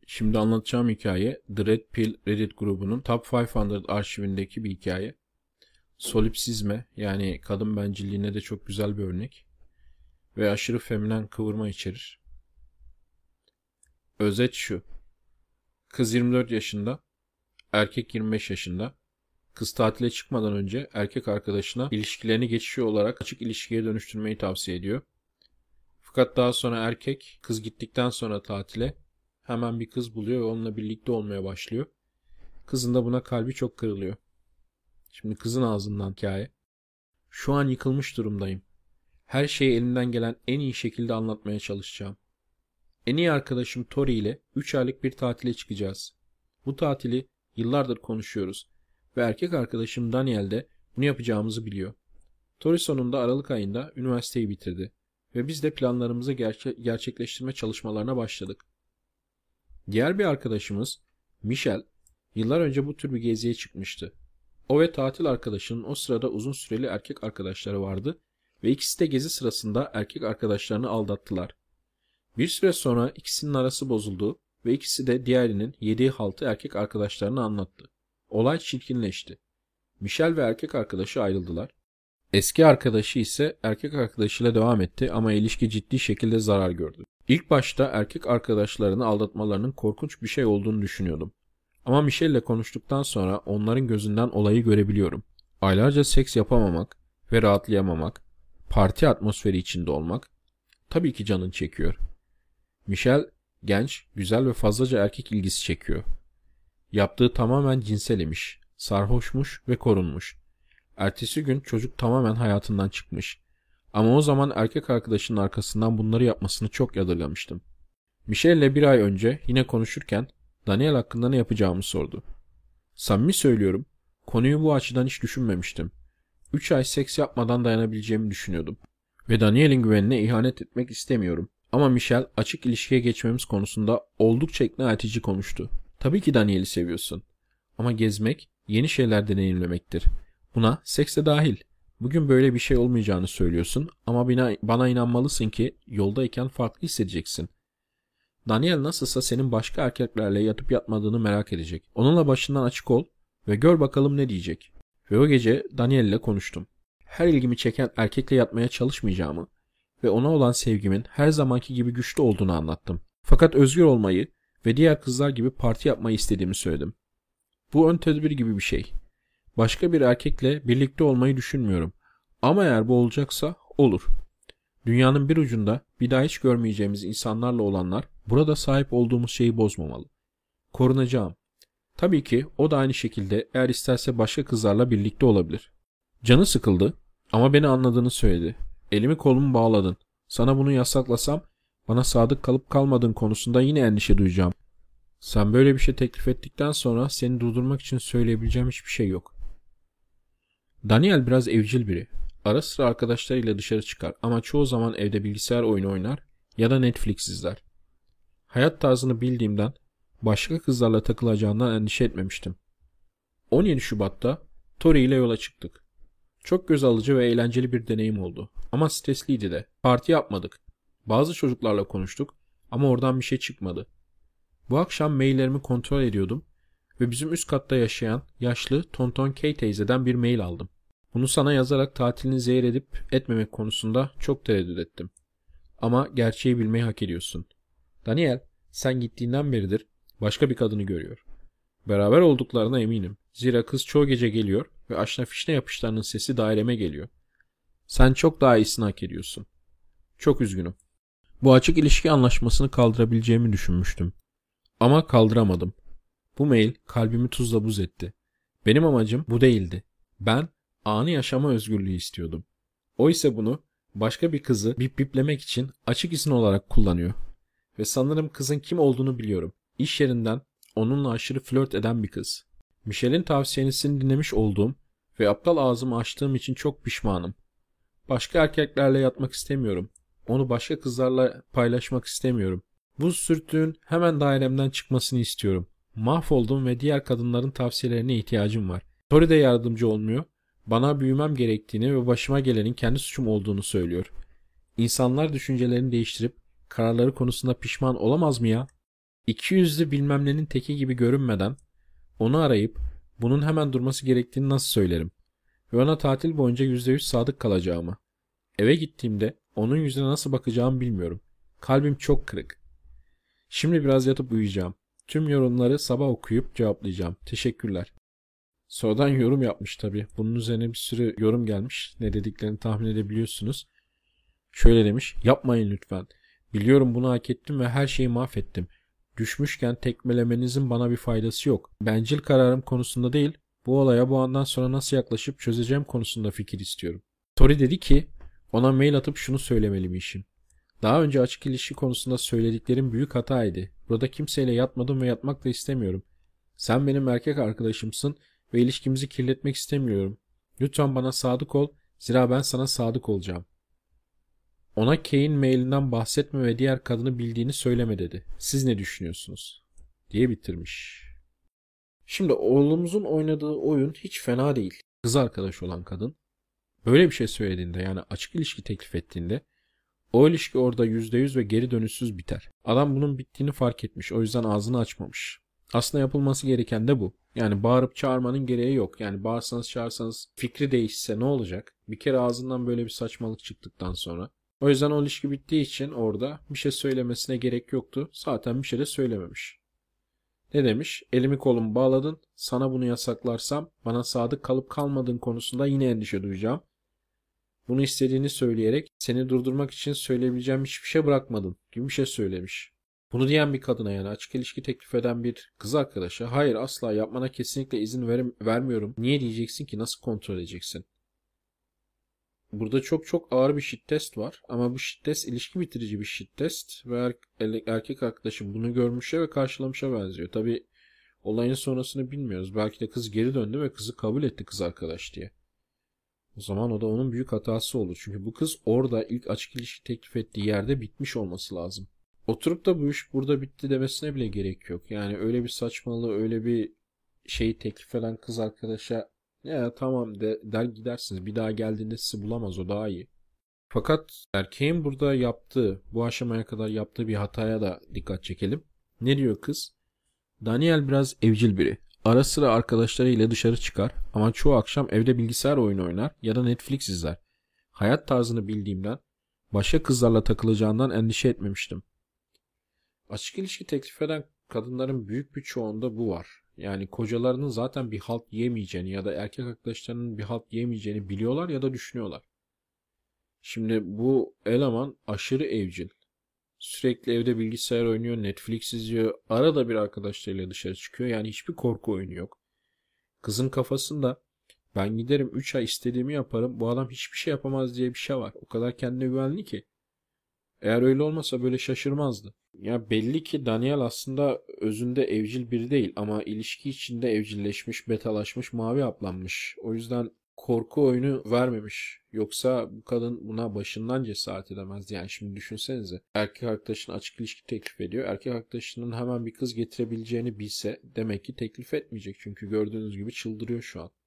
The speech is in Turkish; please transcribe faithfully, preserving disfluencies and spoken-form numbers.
Şimdi anlatacağım hikaye The Red Pill Reddit grubunun Top beş yüz arşivindeki bir hikaye. Solipsizme yani kadın bencilliğine de çok güzel bir örnek ve aşırı feminen kıvırma içerir. Özet şu: kız yirmi dört yaşında, erkek yirmi beş yaşında. Kız tatile çıkmadan önce erkek arkadaşına ilişkilerini geçici olarak açık ilişkiye dönüştürmeyi tavsiye ediyor. Fakat daha sonra erkek kız gittikten sonra tatile hemen bir kız buluyor ve onunla birlikte olmaya başlıyor. Kızın da buna kalbi çok kırılıyor. Şimdi kızın ağzından hikaye. Şu an yıkılmış durumdayım. Her şeyi elimden gelen en iyi şekilde anlatmaya çalışacağım. En iyi arkadaşım Tori ile üç aylık bir tatile çıkacağız. Bu tatili yıllardır konuşuyoruz ve erkek arkadaşım Daniel de bunu yapacağımızı biliyor. Tori sonunda Aralık ayında üniversiteyi bitirdi ve biz de planlarımızı gerçe gerçekleştirme çalışmalarına başladık. Diğer bir arkadaşımız Michel yıllar önce bu tür bir geziye çıkmıştı. O ve tatil arkadaşının o sırada uzun süreli erkek arkadaşları vardı ve ikisi de gezi sırasında erkek arkadaşlarını aldattılar. Bir süre sonra ikisinin arası bozuldu ve ikisi de diğerinin yediği haltı erkek arkadaşlarına anlattı. Olay çirkinleşti. Michel ve erkek arkadaşı ayrıldılar. Eski arkadaşı ise erkek arkadaşıyla devam etti ama ilişki ciddi şekilde zarar gördü. İlk başta erkek arkadaşlarını aldatmalarının korkunç bir şey olduğunu düşünüyordum. Ama Michelle ile konuştuktan sonra onların gözünden olayı görebiliyorum. Aylarca seks yapamamak ve rahatlayamamak, parti atmosferi içinde olmak tabii ki canın çekiyor. Michelle genç, güzel ve fazlaca erkek ilgisi çekiyor. Yaptığı tamamen cinsel imiş, sarhoşmuş ve korunmuş. Ertesi gün çocuk tamamen hayatından çıkmış. Ama o zaman erkek arkadaşının arkasından bunları yapmasını çok yadırgamıştım. Michelle ile bir ay önce yine konuşurken Daniel hakkında ne yapacağımı sordu. Samimi söylüyorum, konuyu bu açıdan hiç düşünmemiştim. Üç ay seks yapmadan dayanabileceğimi düşünüyordum. Ve Daniel'in güvenine ihanet etmek istemiyorum. Ama Michelle açık ilişkiye geçmemiz konusunda oldukça ikna edici konuştu. Tabii ki Daniel'i seviyorsun. Ama gezmek, yeni şeyler deneyimlemektir. Buna seks de dahil. Bugün böyle bir şey olmayacağını söylüyorsun ama bana, bana inanmalısın ki yoldayken farklı hissedeceksin. Daniel nasılsa senin başka erkeklerle yatıp yatmadığını merak edecek. Onunla başından açık ol ve gör bakalım ne diyecek. Ve o gece Daniel ile konuştum. Her ilgimi çeken erkekle yatmaya çalışmayacağımı ve ona olan sevgimin her zamanki gibi güçlü olduğunu anlattım. Fakat özgür olmayı ve diğer kızlar gibi parti yapmayı istediğimi söyledim. Bu ön tedbir gibi bir şey. Başka bir erkekle birlikte olmayı düşünmüyorum. Ama eğer bu olacaksa olur. Dünyanın bir ucunda bir daha hiç görmeyeceğimiz insanlarla olanlar burada sahip olduğumuz şeyi bozmamalı. Korunacağım. Tabii ki o da aynı şekilde eğer isterse başka kızlarla birlikte olabilir. Canı sıkıldı ama beni anladığını söyledi. Elimi kolumu bağladın. Sana bunu yasaklasam bana sadık kalıp kalmadığın konusunda yine endişe duyacağım. Sen böyle bir şey teklif ettikten sonra seni durdurmak için söyleyebileceğim hiçbir şey yok. Daniel biraz evcil biri. Ara sıra arkadaşlarıyla dışarı çıkar ama çoğu zaman evde bilgisayar oyunu oynar ya da Netflix izler. Hayat tarzını bildiğimden başka kızlarla takılacağından endişe etmemiştim. on yedi Şubat'ta Tori ile yola çıktık. Çok göz alıcı ve eğlenceli bir deneyim oldu ama stresliydi de. Parti yapmadık. Bazı çocuklarla konuştuk ama oradan bir şey çıkmadı. Bu akşam maillerimi kontrol ediyordum ve bizim üst katta yaşayan yaşlı Tonton Kay teyzeden bir mail aldım. Bunu sana yazarak tatilini zehir edip etmemek konusunda çok tereddüt ettim. Ama gerçeği bilmeyi hak ediyorsun. Daniel, sen gittiğinden beridir başka bir kadını görüyor. Beraber olduklarına eminim. Zira kız çoğu gece geliyor ve aşna fişne yapışlarının sesi daireme geliyor. Sen çok daha iyisini hak ediyorsun. Çok üzgünüm. Bu açık ilişki anlaşmasını kaldırabileceğimi düşünmüştüm. Ama kaldıramadım. Bu mail kalbimi tuzla buz etti. Benim amacım bu değildi. Ben anı yaşama özgürlüğü istiyordum. O ise bunu başka bir kızı bip biplemek için açık izin olarak kullanıyor. Ve sanırım kızın kim olduğunu biliyorum. İş yerinden onunla aşırı flört eden bir kız. Michelle'in tavsiyesini dinlemiş olduğum ve aptal ağzımı açtığım için çok pişmanım. Başka erkeklerle yatmak istemiyorum. Onu başka kızlarla paylaşmak istemiyorum. Bu sürtüğün hemen dairemden çıkmasını istiyorum. Mahvoldum ve diğer kadınların tavsiyelerine ihtiyacım var. Tori de yardımcı olmuyor. Bana büyümem gerektiğini ve başıma gelenin kendi suçum olduğunu söylüyor. İnsanlar düşüncelerini değiştirip kararları konusunda pişman olamaz mı ya? İki yüzlü bilmem nenin teki gibi görünmeden onu arayıp bunun hemen durması gerektiğini nasıl söylerim? Ve ona tatil boyunca yüzde yüz sadık kalacağımı. Eve gittiğimde onun yüzüne nasıl bakacağımı bilmiyorum. Kalbim çok kırık. Şimdi biraz yatıp uyuyacağım. Tüm yorumları sabah okuyup cevaplayacağım. Teşekkürler. Sonradan yorum yapmış tabii. Bunun üzerine bir sürü yorum gelmiş. Ne dediklerini tahmin edebiliyorsunuz. Şöyle demiş. Yapmayın lütfen. Biliyorum bunu hak ettim ve her şeyi mahvettim. Düşmüşken tekmelemenizin bana bir faydası yok. Bencil kararım konusunda değil, bu olaya bu andan sonra nasıl yaklaşıp çözeceğim konusunda fikir istiyorum. Tori dedi ki, ona mail atıp şunu söylemeliymişim. Daha önce açık ilişki konusunda söylediklerim büyük hataydı. Burada kimseyle yatmadım ve yatmak da istemiyorum. Sen benim erkek arkadaşımsın ve ilişkimizi kirletmek istemiyorum. Lütfen bana sadık ol, zira ben sana sadık olacağım. Ona Kay'in mailinden bahsetme ve diğer kadını bildiğini söyleme dedi. Siz ne düşünüyorsunuz? Diye bitirmiş. Şimdi oğlumuzun oynadığı oyun hiç fena değil. Kız arkadaş olan kadın böyle bir şey söylediğinde, yani açık ilişki teklif ettiğinde, o ilişki orada yüzde yüz ve geri dönüşsüz biter. Adam bunun bittiğini fark etmiş. O yüzden ağzını açmamış. Aslında yapılması gereken de bu. Yani bağırıp çağırmanın gereği yok. Yani bağırsanız çağırsanız fikri değişse ne olacak? Bir kere ağzından böyle bir saçmalık çıktıktan sonra. O yüzden o ilişki bittiği için orada bir şey söylemesine gerek yoktu. Zaten bir şey de söylememiş. Ne demiş? Elimi kolumu bağladın. Sana bunu yasaklarsam bana sadık kalıp kalmadığın konusunda yine endişe duyacağım. Bunu istediğini söyleyerek seni durdurmak için söyleyebileceğim hiçbir şey bırakmadın gibi bir şey söylemiş. Bunu diyen bir kadına, yani açık ilişki teklif eden bir kız arkadaşa hayır asla yapmana kesinlikle izin ver vermiyorum. Niye diyeceksin ki, nasıl kontrol edeceksin? Burada çok çok ağır bir shit test var ama bu shit test ilişki bitirici bir shit test ve er erkek arkadaşım bunu görmüşe ve karşılamışa benziyor. Tabi olayın sonrasını bilmiyoruz. Belki de kız geri döndü ve kızı kabul etti kız arkadaş diye. O zaman o da onun büyük hatası olur. Çünkü bu kız orada ilk açık ilişki teklif ettiği yerde bitmiş olması lazım. Oturup da bu iş burada bitti demesine bile gerek yok. Yani öyle bir saçmalığı, öyle bir şeyi teklif eden kız arkadaşa ya tamam de, der gidersiniz. Bir daha geldiğinde sizi bulamaz, o daha iyi. Fakat erkeğin burada yaptığı, bu aşamaya kadar yaptığı bir hataya da dikkat çekelim. Ne diyor kız? Daniel biraz evcil biri. Ara sıra arkadaşlarıyla dışarı çıkar ama çoğu akşam evde bilgisayar oyunu oynar ya da Netflix izler. Hayat tarzını bildiğimden başka kızlarla takılacağından endişe etmemiştim. Açık ilişki teklif eden kadınların büyük bir çoğunda bu var. Yani kocalarının zaten bir halt yemeyeceğini ya da erkek arkadaşlarının bir halt yemeyeceğini biliyorlar ya da düşünüyorlar. Şimdi bu eleman aşırı evcil. Sürekli evde bilgisayar oynuyor, Netflix izliyor. Arada bir arkadaşlarıyla dışarı çıkıyor. Yani hiçbir korku oyunu yok. Kızın kafasında ben giderim üç ay istediğimi yaparım, bu adam hiçbir şey yapamaz diye bir şey var. O kadar kendine güvenli ki. Eğer öyle olmasa böyle şaşırmazdı. Ya belli ki Daniel aslında özünde evcil biri değil ama ilişki içinde evcilleşmiş, betalaşmış, mavi aplanmış. O yüzden korku oyunu vermemiş. Yoksa bu kadın buna başından cesaret edemezdi. Yani şimdi düşünsenize. Erkek arkadaşına açık ilişki teklif ediyor. Erkek arkadaşının hemen bir kız getirebileceğini bilse demek ki teklif etmeyecek. Çünkü gördüğünüz gibi çıldırıyor şu an.